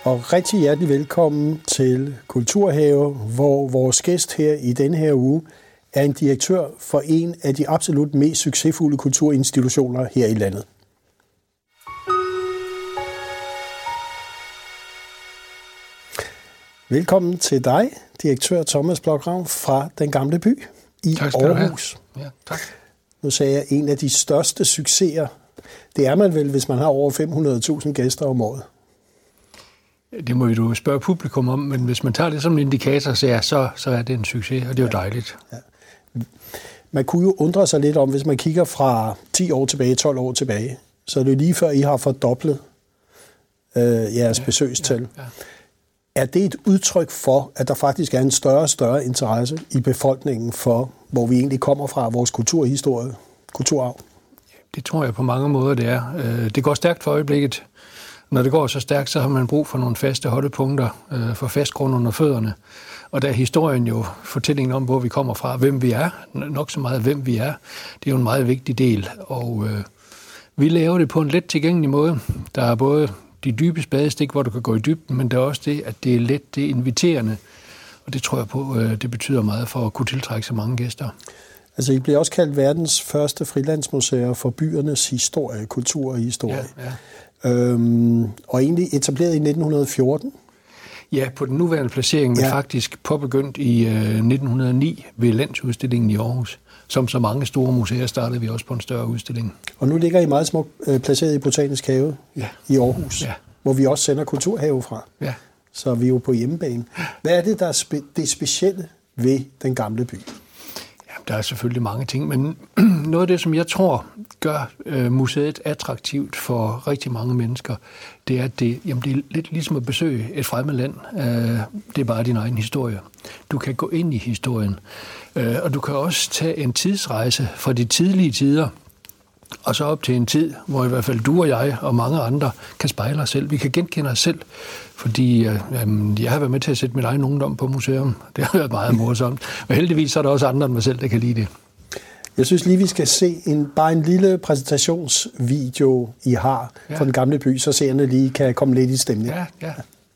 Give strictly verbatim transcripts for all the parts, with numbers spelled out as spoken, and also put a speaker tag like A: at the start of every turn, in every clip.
A: Og rigtig hjertelig velkommen til Kulturhave, hvor vores gæst her i denne her uge er en direktør for en af de absolut mest succesfulde kulturinstitutioner her i landet. Velkommen til dig, direktør Thomas Blok-Ravn fra Den Gamle By i Aarhus.
B: Ja, tak.
A: Nu sagde jeg, en af de største succeser, det er man vel, hvis man har over fem hundrede tusind gæster om året.
B: Det må vi jo spørge publikum om, men hvis man tager det som en indikator, så, ja, så, så er det en succes, og det er jo dejligt. Ja.
A: Man kunne jo undre sig lidt om, hvis man kigger fra ti år tilbage, tolv år tilbage, så er det lige før, I har fordoblet øh, jeres ja, besøgstal. Ja, ja. Er det et udtryk for, at der faktisk er en større og større interesse i befolkningen for, hvor vi egentlig kommer fra, vores kulturhistorie, kulturarv?
B: Det tror jeg på mange måder, det er. Det går stærkt for øjeblikket. Når det går så stærkt, så har man brug for nogle faste holdepunkter, for fast grund under fødderne. Og der er historien jo fortællingen om, hvor vi kommer fra, hvem vi er, nok så meget hvem vi er. Det er jo en meget vigtig del, og øh, vi laver det på en let tilgængelig måde. Der er både de dybe spadestik, hvor du kan gå i dybden, men der er også det, at det er let, det er inviterende. Og det tror jeg på, øh, det betyder meget for at kunne tiltrække så mange gæster.
A: Altså, I bliver også kaldt verdens første frilandsmuseer for byernes historie, kultur og historie. Ja, ja. Øhm, og egentlig etableret i nitten fjorten.
B: Ja, på den nuværende placering, men ja. faktisk påbegyndt i øh, nitten hundrede og ni ved Landsudstillingen i Aarhus. Som så mange store museer startede vi også på en større udstilling.
A: Og nu ligger I meget smukt øh, placeret i Botanisk Have
B: ja.
A: i Aarhus, ja. hvor vi også sender Kulturhave fra.
B: Ja.
A: Så vi er jo på hjemmebane. Hvad er det, der er spe- det specielle ved Den Gamle By?
B: Der er selvfølgelig mange ting, men noget af det, som jeg tror gør øh, museet attraktivt for rigtig mange mennesker, det er, at det, jamen, det er lidt ligesom at besøge et fremmed land. Øh, det er bare din egen historie. Du kan gå ind i historien, øh, og du kan også tage en tidsrejse fra de tidlige tider, og så op til en tid, hvor i hvert fald du og jeg og mange andre kan spejle os selv. Vi kan genkende os selv, fordi øh, jeg har været med til at sætte min egen ungdom på museum. Det har været meget morsomt. Og heldigvis så er der også andre end mig selv, der kan lide det.
A: Jeg synes lige, vi skal se en, bare en lille præsentationsvideo, I har ja. fra Den Gamle By, så seerne lige kan komme lidt i stemning.
B: Ja, ja.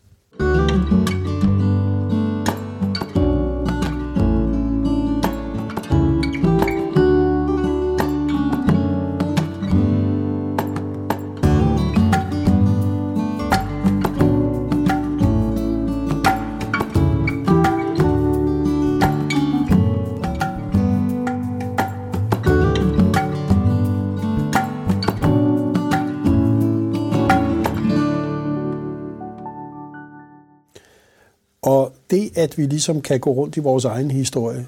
A: Og det, at vi ligesom kan gå rundt i vores egen historie,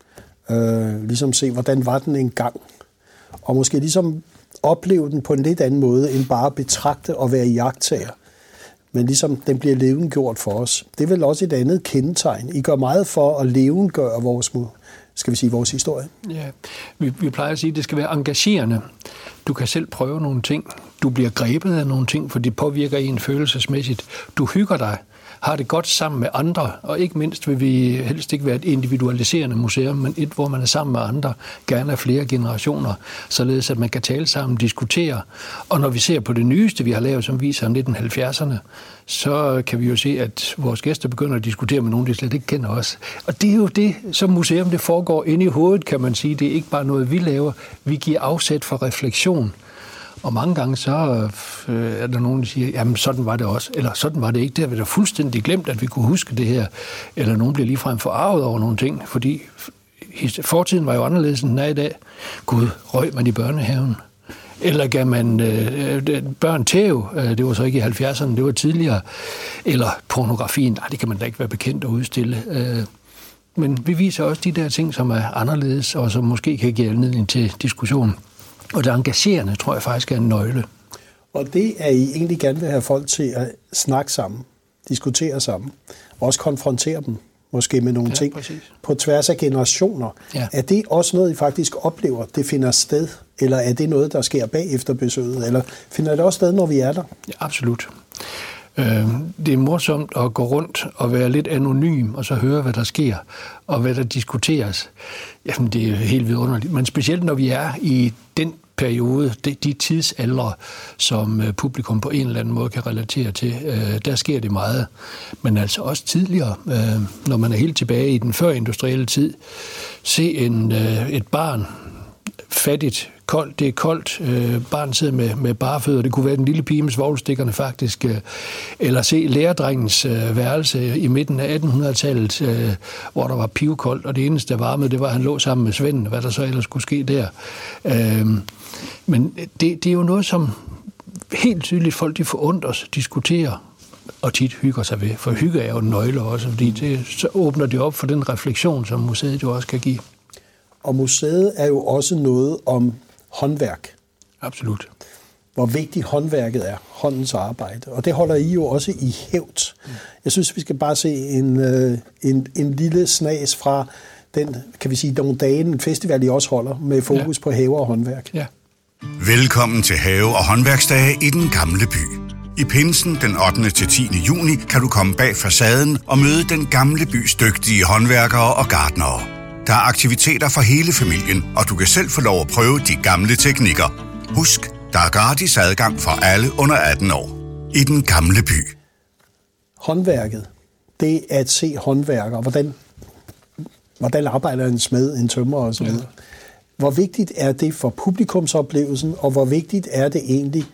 A: øh, ligesom se, hvordan var den engang, og måske ligesom opleve den på en lidt anden måde, end bare betragte og være iagttager. Men ligesom den bliver levendegjort for os. Det er vel også et andet kendetegn. I gør meget for at levendegøre vores, skal vi sige, vores historie.
B: Ja, vi, vi plejer at sige, at det skal være engagerende. Du kan selv prøve nogle ting. Du bliver grebet af nogle ting, for det påvirker en følelsesmæssigt. Du hygger dig, har det godt sammen med andre, og ikke mindst vil vi helst ikke være et individualiserende museum, men et, hvor man er sammen med andre, gerne af flere generationer, således at man kan tale sammen, diskutere. Og når vi ser på det nyeste, vi har lavet, som viser nitten halvfjerdserne, så kan vi jo se, at vores gæster begynder at diskutere med nogen, de slet ikke kender os. Og det er jo det, som museum det foregår inde i hovedet, kan man sige. Det er ikke bare noget, vi laver. Vi giver afsæt for refleksion. Og mange gange så øh, er der nogen, der siger, jamen sådan var det også, eller sådan var det ikke. Det har vi da fuldstændig glemt, at vi kunne huske det her. Eller nogen bliver ligefrem forarvet over nogle ting, fordi fortiden var jo anderledes, end den er i dag. Gud, røg man i børnehaven? Eller gav man øh, børn tæv? Det var så ikke i halvfjerdserne, det var tidligere. Eller pornografien? Nej, det kan man da ikke være bekendt at udstille. Men vi viser også de der ting, som er anderledes, og som måske kan give anledning til diskussion. Og det engagerende, tror jeg faktisk er en nøgle.
A: Og det er I egentlig gerne vil have folk til at snakke sammen, diskutere sammen, og også konfrontere dem, måske med nogle ja, ting, præcis. På tværs af generationer. Ja. Er det også noget, I faktisk oplever, det finder sted? Eller er det noget, der sker bagefter besøget? Eller finder det også sted, når vi er der?
B: Ja, absolut. Øh, det er morsomt at gå rundt og være lidt anonym, og så høre, hvad der sker, og hvad der diskuteres. Jamen, det er helt vidunderligt. Men specielt når vi er i den periode, de, de tidsaldre, som uh, publikum på en eller anden måde kan relatere til, uh, der sker det meget. Men altså også tidligere, uh, når man er helt tilbage i den førindustrielle tid, se en, uh, et barn, fattigt, koldt, det er koldt, øh, barn sidder med, med barefødder, det kunne være den lille pige med svovlstikkerne faktisk, øh, eller se lærerdrengens øh, værelse i midten af attenhundredetallet, øh, hvor der var pivkoldt, og det eneste, der varmede, det var, at han lå sammen med Svend, hvad der så ellers skulle ske der. Øh, men det, det er jo noget, som helt tydeligt folk, de forundres, diskuterer, og tit hygger sig ved, for hygge er jo en nøgle også, fordi det, så åbner det op for den refleksion, som museet jo også kan give.
A: Og museet er jo også noget om håndværk.
B: Absolut.
A: Hvor vigtigt håndværket er, håndens arbejde. Og det holder I jo også i hævd. Jeg synes, vi skal bare se en, en, en lille snas fra den, kan vi sige, nogle dage, en festival, I også holder, med fokus ja. på have og håndværk.
C: Ja. Velkommen til Have- og håndværksdage i den gamle by. I pinsen den ottende til tiende juni kan du komme bag facaden og møde den gamle bys dygtige håndværkere og gartnere. Der er aktiviteter for hele familien, og du kan selv få lov at prøve de gamle teknikker. Husk, der er gratis adgang for alle under atten år. I den gamle by.
A: Håndværket, det at se håndværkere, hvordan, hvordan arbejder en smed, en tømrer og så videre. Ja. Hvor vigtigt er det for publikumsoplevelsen, og hvor vigtigt er det egentlig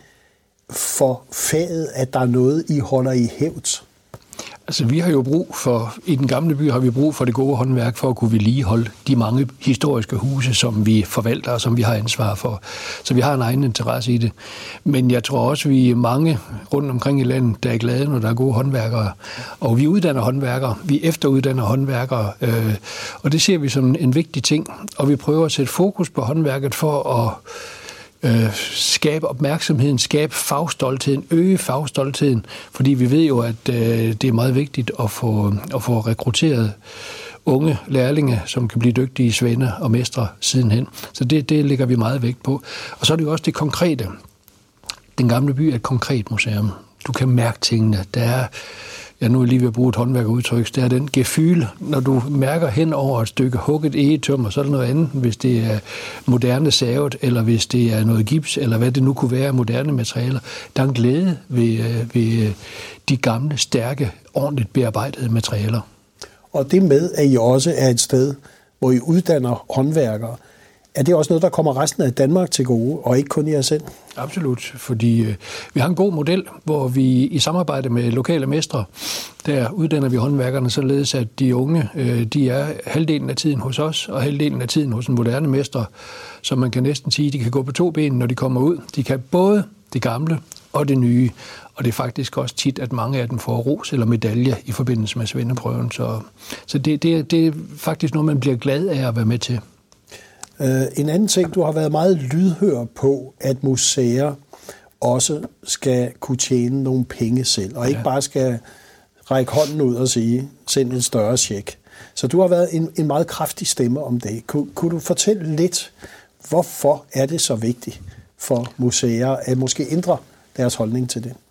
A: for faget, at der er noget, I holder i hævd?
B: Altså, vi har jo brug for, i den gamle by har vi brug for det gode håndværk for at kunne vedligeholde de mange historiske huse, som vi forvalter og som vi har ansvar for. Så vi har en egen interesse i det. Men jeg tror også, vi er mange rundt omkring i landet, der er glade, når der er gode håndværkere. Og vi uddanner håndværkere, vi efteruddanner håndværkere, øh, og det ser vi som en vigtig ting. Og vi prøver at sætte fokus på håndværket for at Øh, skabe opmærksomheden, skabe fagstoltheden, øge fagstoltheden, fordi vi ved jo, at øh, det er meget vigtigt at få, at få rekrutteret unge lærlinge, som kan blive dygtige svende og mestre sidenhen. Så det, det lægger vi meget vægt på. Og så er det jo også det konkrete. Den gamle by er et konkret museum. Du kan mærke tingene. Der er, ja, nu er jeg lige ved at bruge et håndværkerudtryk, det er den gefyl, når du mærker hen over et stykke hugget egetømmer, så er det noget andet, hvis det er moderne savet, eller hvis det er noget gips, eller hvad det nu kunne være af moderne materialer. Der er en glæde ved, ved de gamle, stærke, ordentligt bearbejdede materialer. Og det med, at I også er et sted, hvor I uddanner håndværkere, er det også noget, der kommer resten af Danmark til gode, og ikke kun jer selv? Absolut, fordi øh, vi har en god model, hvor vi i samarbejde med lokale mestre, der uddanner vi håndværkerne således, at de unge, øh, de er halvdelen af tiden hos os, og halvdelen af tiden hos en moderne mestre, så man kan næsten sige, at de kan gå på to ben, når de kommer ud. De kan både det gamle og det nye, og det er faktisk også tit, at mange af dem får ros eller medalje i forbindelse med svendeprøven, så, så det, det, det er faktisk noget, man bliver glad af at være med til. En anden ting, du har været meget lydhør på, at museer også skal kunne tjene nogle penge selv, og ikke ja. bare skal række hånden ud og sige, send en større check. Så du har været en, en meget kraftig stemme om det. Kun, kunne du fortælle lidt, hvorfor er det så vigtigt for museer at måske ændre deres holdning til det?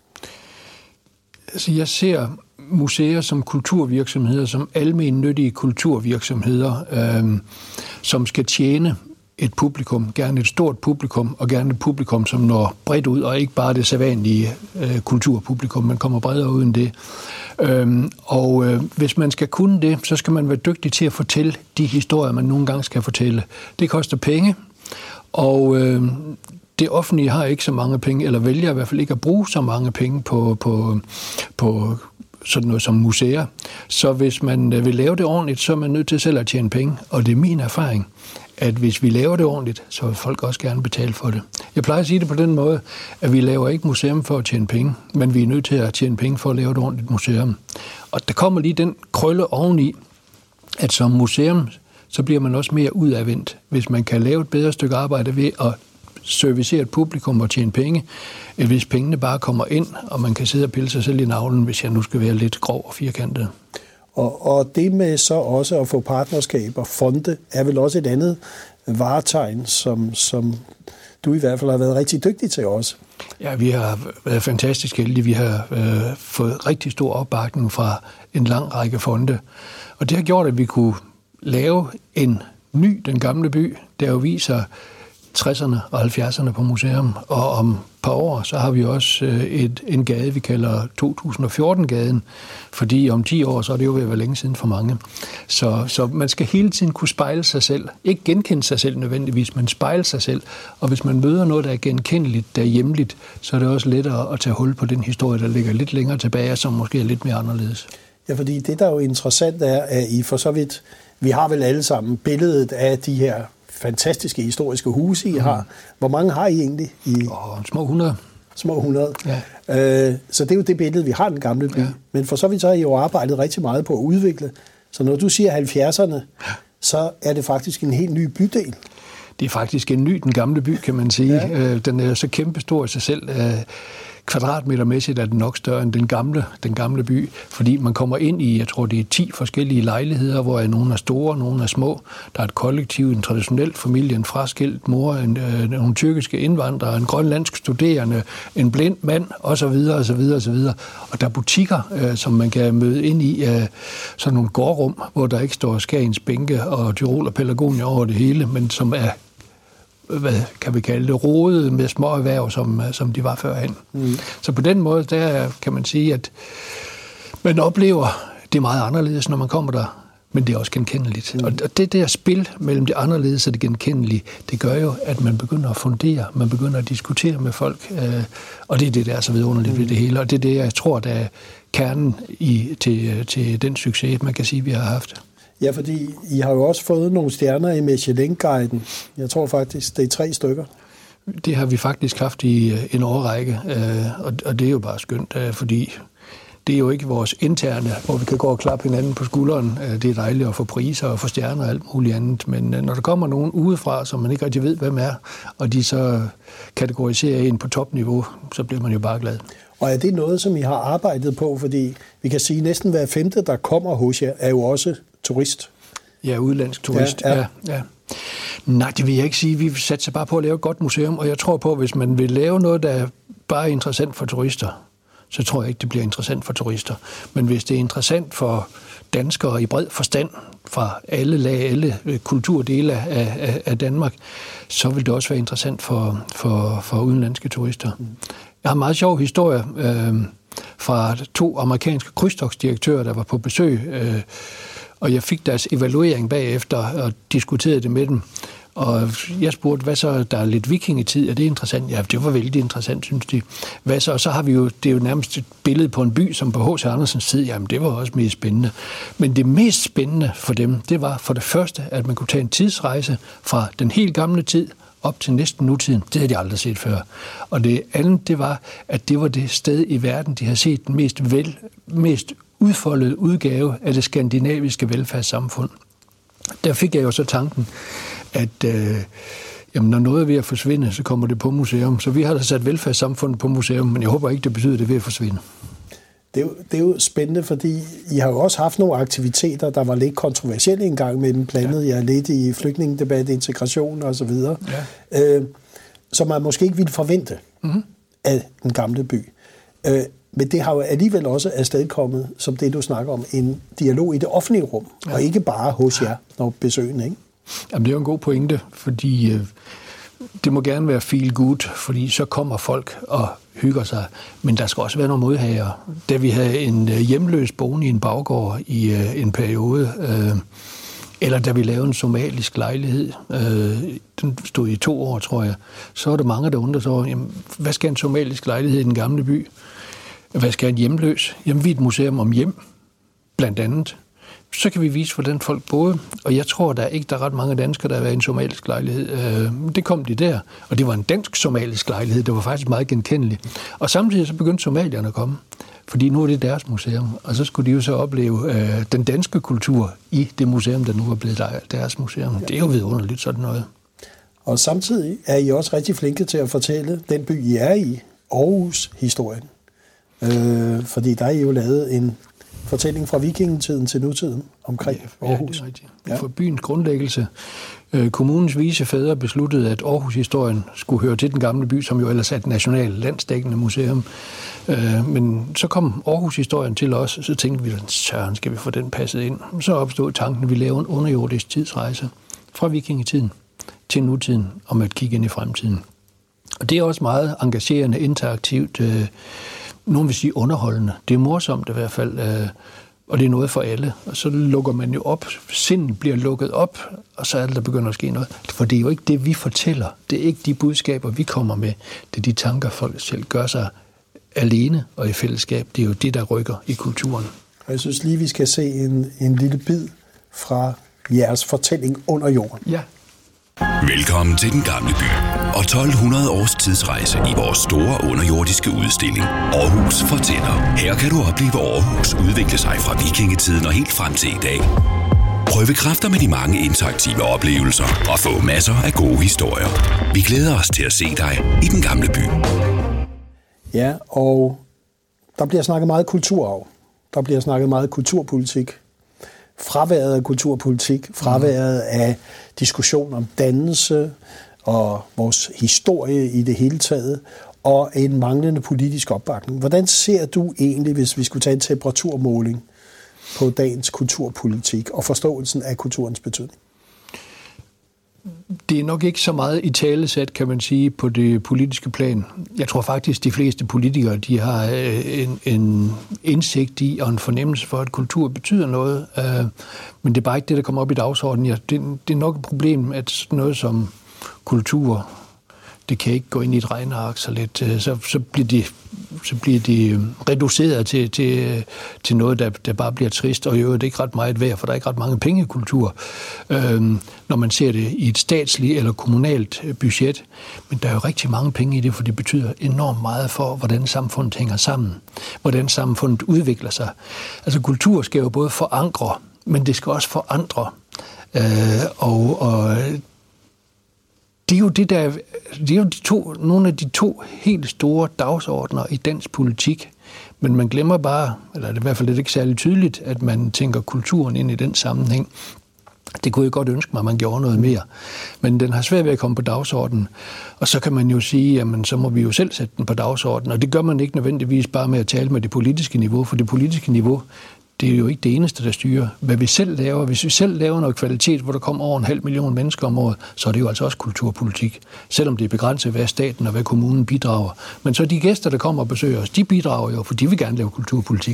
B: Altså, jeg ser museer som kulturvirksomheder, som almennyttige kulturvirksomheder, øh, som skal tjene et publikum, gerne et stort publikum, og gerne et publikum, som når bredt ud, og ikke bare det sædvanlige øh, kulturpublikum, man kommer bredere ud end det. Øhm, og øh, hvis man skal kunne det, så skal man være dygtig til at fortælle de historier, man nogle gange skal fortælle. Det koster penge, og øh, det offentlige har ikke så mange penge, eller vælger i hvert fald ikke at bruge så mange penge på, på, på sådan noget som museer. Så hvis man vil lave det ordentligt, så er man nødt til selv at tjene penge. Og det er min erfaring, at hvis vi laver det ordentligt, så vil folk også gerne betale for det. Jeg plejer at sige det på den måde, at vi laver ikke museum for at tjene penge, men vi er nødt til at tjene penge for at lave et ordentligt museum. Og der kommer lige den krølle oveni, at som museum, så bliver man også mere udadvendt, hvis man kan lave et bedre stykke arbejde ved at servicere et publikum og tjene penge, hvis pengene bare kommer ind, og man kan sidde og pille sig selv i navlen, hvis jeg nu skal være lidt grov og firkantet. Og, og det med så også at få partnerskab og fonde, er vel også et andet
A: varetegn, som, som du i hvert fald har været rigtig dygtig til også.
B: Ja, vi har været fantastisk heldige. Vi har øh, fået rigtig stor opbakning fra en lang række fonde. Og det har gjort, at vi kunne lave en ny, Den Gamle By, der jo viser tresserne og halvfjerdserne på museum. Og om et par år, så har vi også et, en gade, vi kalder to tusind og fjorten-gaden. Fordi om ti år, så er det jo ved at være længe siden for mange. Så, så man skal hele tiden kunne spejle sig selv. Ikke genkende sig selv nødvendigvis, men spejle sig selv. Og hvis man møder noget, der er genkendeligt, der er hjemligt, så er det også lettere at tage hul på den historie, der ligger lidt længere tilbage, som måske er lidt mere anderledes.
A: Ja, fordi det, der er jo interessant, er, at I for så vidt, vi har vel alle sammen billedet af de her fantastiske historiske huse, I har. Hvor mange har I egentlig? I
B: Åh, små hundrede.
A: Små hundrede.
B: Ja.
A: Øh, så det er jo det billede, vi har, Den Gamle By. Ja. Men for så vidt så har I jo arbejdet rigtig meget på at udvikle. Så når du siger halvfjerdserne, så er det faktisk en helt ny bydel.
B: Det er faktisk en ny Den Gamle By, kan man sige. Ja. Den er så kæmpestor i sig selv. Kvadratmetermæssigt er den nok større end den gamle, den gamle by, fordi man kommer ind i, jeg tror det er ti forskellige lejligheder, hvor nogle er store, nogle er små. Der er et kollektiv, en traditionel familie, en fraskilt mor, en, øh, nogle tyrkiske indvandrere, en grønlandsk studerende, en blind mand, osv. osv. osv. Og der er butikker, øh, som man kan møde ind i, øh, sådan nogle gårdrum, hvor der ikke står Skagens bænke og Tyrol og Pelagonia over det hele, men som er, hvad kan vi kalde det, rodet med små erhverv, som, som de var førhen. Mm. Så på den måde, der kan man sige, at man oplever, det er meget anderledes, når man kommer der, men det er også genkendeligt. Mm. Og det der spil mellem det anderledes og det genkendelige, det gør jo, at man begynder at fundere, man begynder at diskutere med folk, øh, og det er det, der er så vidunderligt ved det hele, og det er det, jeg tror, der er kernen i, til, til den succes, man kan sige, vi har haft.
A: Ja, fordi I har jo også fået nogle stjerner i Michelin-guiden. Jeg tror faktisk, det er tre stykker.
B: Det har vi faktisk haft i en årrække, og det er jo bare skønt, fordi det er jo ikke vores interne, hvor vi kan gå og klappe hinanden på skulderen. Det er dejligt at få priser og få stjerner og alt muligt andet, men når der kommer nogen udefra, som man ikke rigtig ved, hvem er, og de så kategoriserer en på topniveau, så bliver man jo bare glad.
A: Og er det noget, som I har arbejdet på? Fordi vi kan sige, at næsten hver femte, der kommer hos jer, er jo også turist.
B: Ja, udlandsk turist. Ja, ja. Ja, ja. Nej, det vil jeg ikke sige. Vi satser bare på at lave et godt museum, og jeg tror på, at hvis man vil lave noget, der er bare interessant for turister, så tror jeg ikke, det bliver interessant for turister. Men hvis det er interessant for danskere i bred forstand, fra alle lag, alle kulturdele af, af, af Danmark, så vil det også være interessant for, for, for udenlandske turister. Mm. Jeg har en meget sjov historie øh, fra to amerikanske krydstogtsdirektører, der var på besøg, øh, og jeg fik deres evaluering bagefter og diskuterede det med dem. Og jeg spurgte, hvad så, der er lidt vikingetid, er det interessant? Ja, det var vældig interessant, synes de. Hvad så? Og så har vi jo, det er jo nærmest et billede på en by, som på H C Andersens tid, jamen det var også mest spændende. Men det mest spændende for dem, det var for det første, at man kunne tage en tidsrejse fra den helt gamle tid op til næsten nutiden. Det havde de aldrig set før. Og det andet, det var, at det var det sted i verden, de har set den mest, vel, mest udfoldede udgave af det skandinaviske velfærdssamfund. Der fik jeg jo så tanken, at øh, jamen, når noget er ved at forsvinde, så kommer det på museum. Så vi har da sat velfærdssamfundet på museum, men jeg håber ikke, det betyder, at det er ved at forsvinde.
A: Det er, jo, det er jo spændende, fordi I har jo også haft nogle aktiviteter, der var lidt kontroversielle engang med dem, blandet ja. Jeg lidt i flygtningedebat, integration og så videre, ja. øh, som man måske ikke ville forvente mm-hmm. af Den Gamle By. Øh, men det har jo alligevel også afstedkommet, som det du snakker om, en dialog i det offentlige rum, ja. Og ikke bare hos jer, når besøgende, ikke?
B: Jamen, det er jo en god pointe, fordi øh, det må gerne være feel good, fordi så kommer folk og hygger sig. Men der skal også være nogle modhager. Da vi havde en øh, hjemløs boende i en baggård i øh, en periode, øh, eller da vi lavede en somalisk lejlighed, øh, den stod i to år, tror jeg, så var der mange, der undrede sig over, jamen, hvad skal en somalisk lejlighed i Den Gamle By? Hvad skal en hjemløs? Jamen, vi er et museum om hjem, blandt andet. Så kan vi vise, hvordan folk boede. Og jeg tror, der er ikke der er ret mange danskere, der har været i en somalisk lejlighed. Det kom de der, og det var en dansk-somalisk lejlighed. Det var faktisk meget genkendeligt. Og samtidig så begyndte somalierne at komme, fordi nu er det deres museum. Og så skulle de jo så opleve øh, den danske kultur i det museum, der nu er blevet deres museum. Det er jo vidunderligt sådan noget.
A: Og samtidig er I også rigtig flinke til at fortælle den by, I er i, Aarhus-historien. Øh, fordi der er I jo lavet en fortælling fra vikingetiden til nutiden omkring
B: ja,
A: Aarhus.
B: Ja, det er rigtigt. Ja. For byens grundlæggelse. Kommunens vise fædre besluttede, at Aarhus-historien skulle høre til den gamle by, som jo ellers er et nationalt landsdækkende museum. Men så kom Aarhus-historien til os, og så tænkte vi, søren, skal vi få den passet ind? Så opstod tanken, at vi lavede en underjordisk tidsrejse fra vikingetiden til nutiden, om at kigge ind i fremtiden. Og det er også meget engagerende, interaktivt, nogen vil sige underholdende. Det er morsomt i hvert fald, og det er noget for alle. Og så lukker man jo op, sindet bliver lukket op, og så er det, der begynder at ske noget. For det er jo ikke det, vi fortæller. Det er ikke de budskaber, vi kommer med. Det er de tanker, folk selv gør sig alene og i fællesskab. Det er jo det, der rykker i kulturen.
A: Og jeg synes lige, vi skal se en, en lille bid fra jeres fortælling under jorden.
B: Ja.
D: Velkommen til den gamle by og tolv hundrede års tidsrejse i vores store underjordiske udstilling Aarhus fortæller. Her kan du opleve Aarhus udvikle sig fra vikingetiden og helt frem til i dag. Prøve kræfter med de mange interaktive oplevelser og få masser af gode historier. Vi glæder os til at se dig i den gamle by.
A: Ja, og der bliver snakket meget kulturarv. Der bliver snakket meget kulturpolitik. Fraværet af kulturpolitik, fraværet af diskussion om dannelse og vores historie i det hele taget, og en manglende politisk opbakning. Hvordan ser du egentlig, hvis vi skulle tage en temperaturmåling på dagens kulturpolitik og forståelsen af kulturens betydning?
B: Det er nok ikke så meget i talesæt, kan man sige, på det politiske plan. Jeg tror faktisk, de fleste politikere, de har en, en indsigt i og en fornemmelse for, at kultur betyder noget. Men det er bare ikke det, der kommer op i dagsordenen. Det, det er nok et problem, at noget som kultur, det kan ikke gå ind i et regneark så lidt. Så, så bliver de så bliver de reduceret til, til, til noget, der, der bare bliver trist, og i øvrigt ikke ret meget værd, for der er ikke ret mange penge i kultur, øhm, når man ser det i et statsligt eller kommunalt budget. Men der er jo rigtig mange penge i det, for det betyder enormt meget for, hvordan samfundet hænger sammen, hvordan samfundet udvikler sig. Altså kultur skal jo både forankre, men det skal også forandre. Øh, og, og Det er jo, det der, det er jo de to, nogle af de to helt store dagsordner i dansk politik, men man glemmer bare, eller det er i hvert fald lidt ikke særlig tydeligt, at man tænker kulturen ind i den sammenhæng. Det kunne jeg godt ønske mig, at man gjorde noget mere, men den har svært ved at komme på dagsordenen. Og så kan man jo sige, jamen så må vi jo selv sætte den på dagsordenen, og det gør man ikke nødvendigvis bare med at tale med det politiske niveau, for det politiske niveau, det er jo ikke det eneste, der styrer, hvad vi selv laver. Hvis vi selv laver noget kvalitet, hvor der kommer over en halv million mennesker om året, så er det jo altså også kulturpolitik. Selvom det er begrænset, hvad staten og hvad kommunen bidrager. Men så de gæster, der kommer og besøger os, de bidrager jo, for de vil gerne lave kulturpolitik.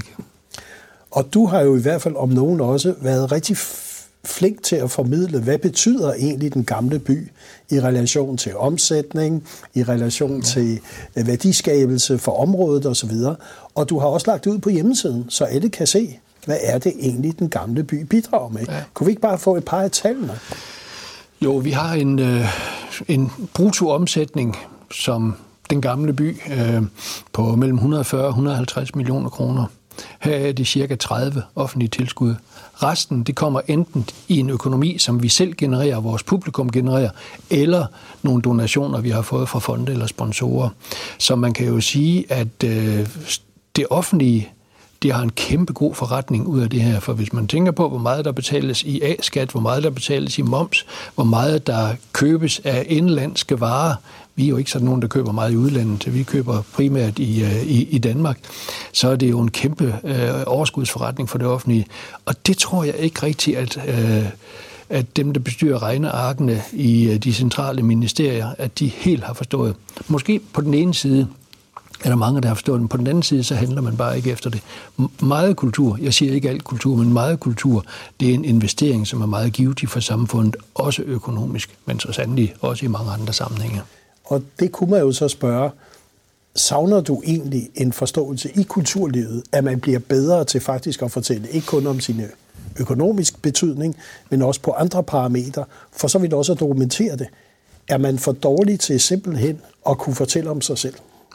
A: Og du har jo i hvert fald om nogen også været rigtig flink til at formidle, hvad betyder egentlig den gamle by i relation til omsætning, i relation ja. til værdiskabelse for området osv. Og du har også lagt det ud på hjemmesiden, så alle kan se, hvad er det egentlig, den gamle by bidrager med. Ja. Kunne vi ikke bare få et par af tallene?
B: Jo, vi har en, øh, en bruttoomsætning, som den gamle by, øh, på mellem et hundrede og fyrre og et hundrede og halvtreds millioner kroner. Her er det cirka tredive offentlige tilskud. Resten, det kommer enten i en økonomi, som vi selv genererer, vores publikum genererer, eller nogle donationer, vi har fået fra fonde eller sponsorer. Så man kan jo sige, at øh, det offentlige, det har en kæmpe god forretning ud af det her, for hvis man tænker på, hvor meget der betales i A-skat, hvor meget der betales i moms, hvor meget der købes af indlandske varer, vi er jo ikke sådan nogen, der køber meget i udlandet, vi køber primært i, i, i Danmark, så er det jo en kæmpe øh, overskudsforretning for det offentlige. Og det tror jeg ikke rigtigt, at, øh, at dem, der bestyrer regnearkene i øh, de centrale ministerier, at de helt har forstået. Måske på den ene side er der mange, der har forstået den. På den anden side, så handler man bare ikke efter det. Meget kultur, jeg siger ikke alt kultur, men meget kultur, det er en investering, som er meget givtig for samfundet, også økonomisk, men så sandelig også i mange andre sammenhænge.
A: Og det kunne man jo så spørge, savner du egentlig en forståelse i kulturlivet, at man bliver bedre til faktisk at fortælle, ikke kun om sin økonomisk betydning, men også på andre parametre, for så vidt også at dokumentere det. Er man for dårlig til simpelthen at kunne fortælle om sig selv?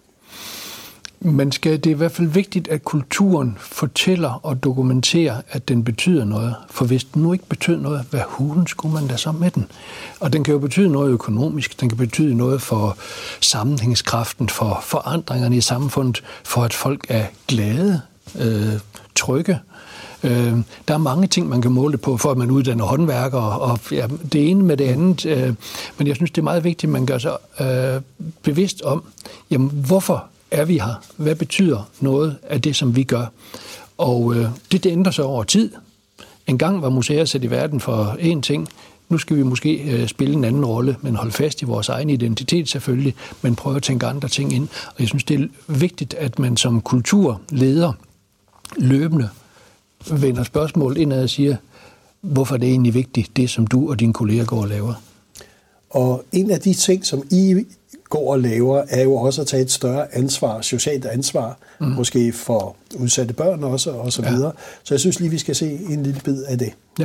B: Man skal, det er i hvert fald vigtigt, at kulturen fortæller og dokumenterer, at den betyder noget. For hvis den nu ikke betyder noget, hvad hulen skulle man da så med den? Og den kan jo betyde noget økonomisk, den kan betyde noget for sammenhængskraften, for forandringerne i samfundet, for at folk er glade. trygge. Øh, der er mange ting, man kan måle det på, for at man uddanner håndværkere, og ja, det ene med det andet. Øh, men jeg synes, det er meget vigtigt, at man gør sig øh, bevidst om, jamen, hvorfor er vi her? Hvad betyder noget af det, som vi gør? Og øh, det, det ændrer sig over tid. En gang var museer sat i verden for én ting. Nu skal vi måske øh, spille en anden rolle, men holde fast i vores egen identitet selvfølgelig, men prøve at tænke andre ting ind. Og jeg synes, det er vigtigt, at man som kulturleder løbende vender spørgsmål indad og siger, hvorfor er det egentlig vigtigt, det som du og dine kolleger går og laver?
A: Og en af de ting, som I går og laver, er jo også at tage et større ansvar, socialt ansvar, mm. måske for udsatte børn også, og så videre. Ja. Så jeg synes lige, vi skal se en lille bid af det.
B: Ja.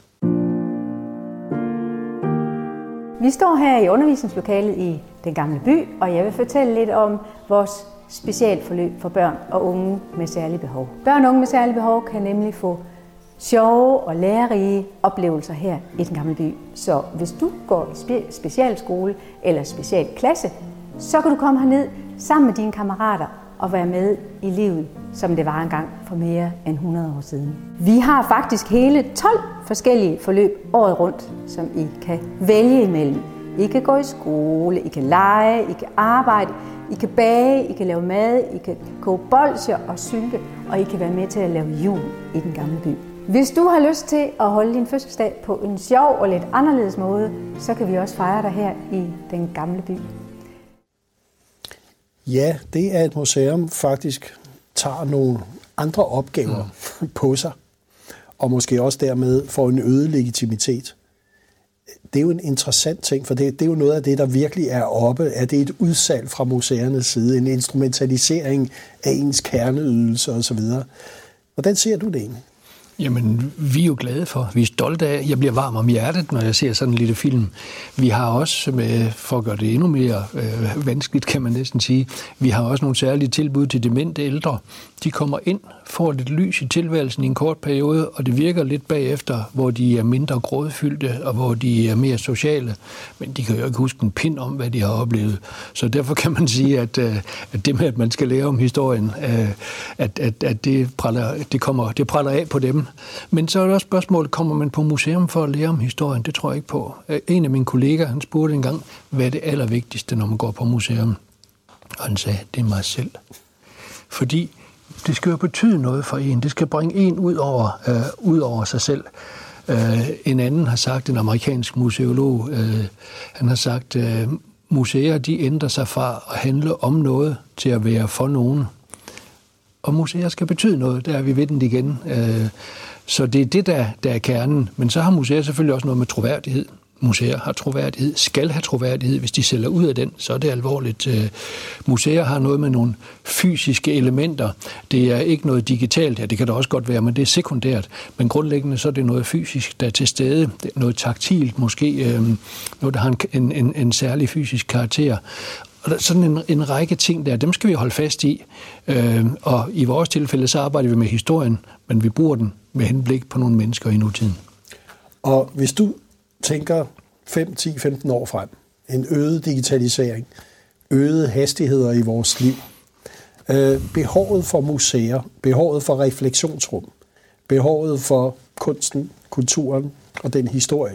E: Vi står her i undervisningslokalet i Den Gamle By, og jeg vil fortælle lidt om vores specialforløb for børn og unge med særlige behov. Børn og unge med særlige behov kan nemlig få sjove og lærerige oplevelser her i Den Gamle By. Så hvis du går i spe- specialskole eller specialklasse, så kan du komme herned sammen med dine kammerater og være med i livet, som det var engang for mere end hundrede år siden. Vi har faktisk hele tolv forskellige forløb året rundt, som I kan vælge imellem. I kan gå i skole, I kan lege, I kan arbejde, I kan bage, I kan lave mad, I kan koge bolsjer og sylte, og I kan være med til at lave jul i Den Gamle By. Hvis du har lyst til at holde din fødselsdag på en sjov og lidt anderledes måde, så kan vi også fejre dig her i Den Gamle By.
A: Ja, det er et museum faktisk tager nogle andre opgaver mm. på sig, og måske også dermed får en øget legitimitet. Det er jo en interessant ting, for det, det er jo noget af det, der virkelig er oppe. Er det et udsalg fra museernes side, en instrumentalisering af ens kerneydelser osv.? Hvordan ser du det egentlig?
B: Jamen, vi er jo glade for, vi er stolte af. Jeg bliver varm om hjertet, når jeg ser sådan en lille film. Vi har også, med, for at gøre det endnu mere øh, vanskeligt, kan man næsten sige, vi har også nogle særlige tilbud til demente ældre. De kommer ind, får lidt lys i tilværelsen i en kort periode, og det virker lidt bagefter, hvor de er mindre grådfyldte, og hvor de er mere sociale. Men de kan jo ikke huske en pind om, hvad de har oplevet. Så derfor kan man sige, at, at det med, at man skal lære om historien, at, at, at det, praller, det, kommer, det praller af på dem. Men så er der også spørgsmålet, kommer man på museum for at lære om historien? Det tror jeg ikke på. En af mine kolleger, han spurgte engang, hvad er det allervigtigste, når man går på museum? Og han sagde, det er mig selv. Fordi det skal jo betyde noget for en. Det skal bringe en ud over, øh, ud over sig selv. Øh, en anden har sagt, en amerikansk museolog, øh, han har sagt, øh, museer de ændrer sig fra at handle om noget til at være for nogen. Og museer skal betyde noget, der er vi ved den igen. Øh, så det er det, der, der er kernen. Men så har museer selvfølgelig også noget med troværdighed. Museer har troværdighed, skal have troværdighed. Hvis de sælger ud af den, så er det alvorligt. Museer har noget med nogle fysiske elementer. Det er ikke noget digitalt, ja, det kan det også godt være, men det er sekundært. Men grundlæggende så er det noget fysisk, der er til stede. Noget taktilt måske, noget, der har en, en, en særlig fysisk karakter. Og der er sådan en, en række ting der, dem skal vi holde fast i. Og i vores tilfælde, så arbejder vi med historien, men vi bruger den med henblik på nogle mennesker i nutiden.
A: Og hvis du tænker fem, ti, femten år frem, en øget digitalisering, øgede hastigheder i vores liv, øh, behovet for museer, behovet for refleksionsrum, behovet for kunsten, kulturen og den historie,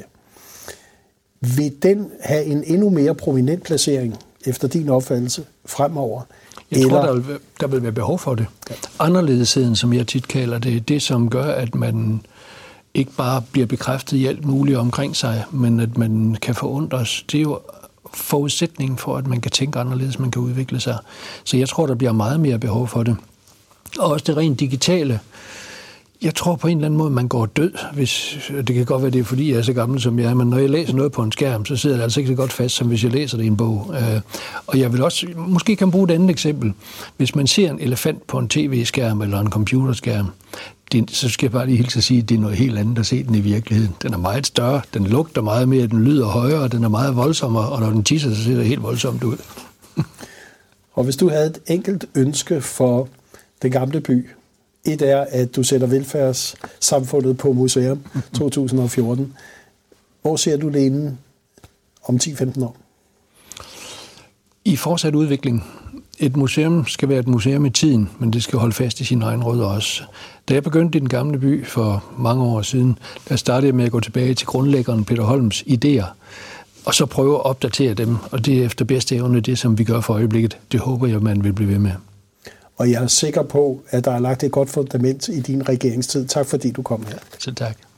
A: vil den have en endnu mere prominent placering efter din opfattelse fremover?
B: Jeg Eller... tror, der vil, der vil være behov for det. Anderledesheden, som jeg tit kalder det, det som gør, at man ikke bare bliver bekræftet i alt muligt omkring sig, men at man kan forundres. Det er jo forudsætningen for, at man kan tænke anderledes, man kan udvikle sig. Så jeg tror, der bliver meget mere behov for det. Og også det rent digitale. Jeg tror på en eller anden måde, man går død. Hvis, det kan godt være, det er fordi, jeg er så gammel som jeg er, men når jeg læser noget på en skærm, så sidder det altså ikke så godt fast, som hvis jeg læser det i en bog. Og jeg vil også, måske kan bruge et andet eksempel. Hvis man ser en elefant på en tv-skærm eller en computerskærm, det, så skal jeg bare lige hilse at sige, at det er noget helt andet at se den i virkeligheden. Den er meget større, den lugter meget mere, den lyder højere, den er meget voldsommere, og når den tisser, så ser det helt voldsomt ud.
A: Og hvis du havde et enkelt ønske for Den Gamle By, et er, at du sætter velfærdssamfundet på museum to tusind og fjorten. Hvor ser du det inden om ti til femten år?
B: I fortsat udvikling. Et museum skal være et museum i tiden, men det skal holde fast i sine egne rødder også. Da jeg begyndte i Den Gamle By for mange år siden, der startede jeg med at gå tilbage til grundlæggeren Peter Holms idéer, og så prøve at opdatere dem, og det er efter bedste evne det, som vi gør for øjeblikket. Det håber jeg, man vil blive ved med.
A: Og jeg er sikker på, at der er lagt et godt fundament i din regeringstid. Tak fordi du kom her.
B: Så tak.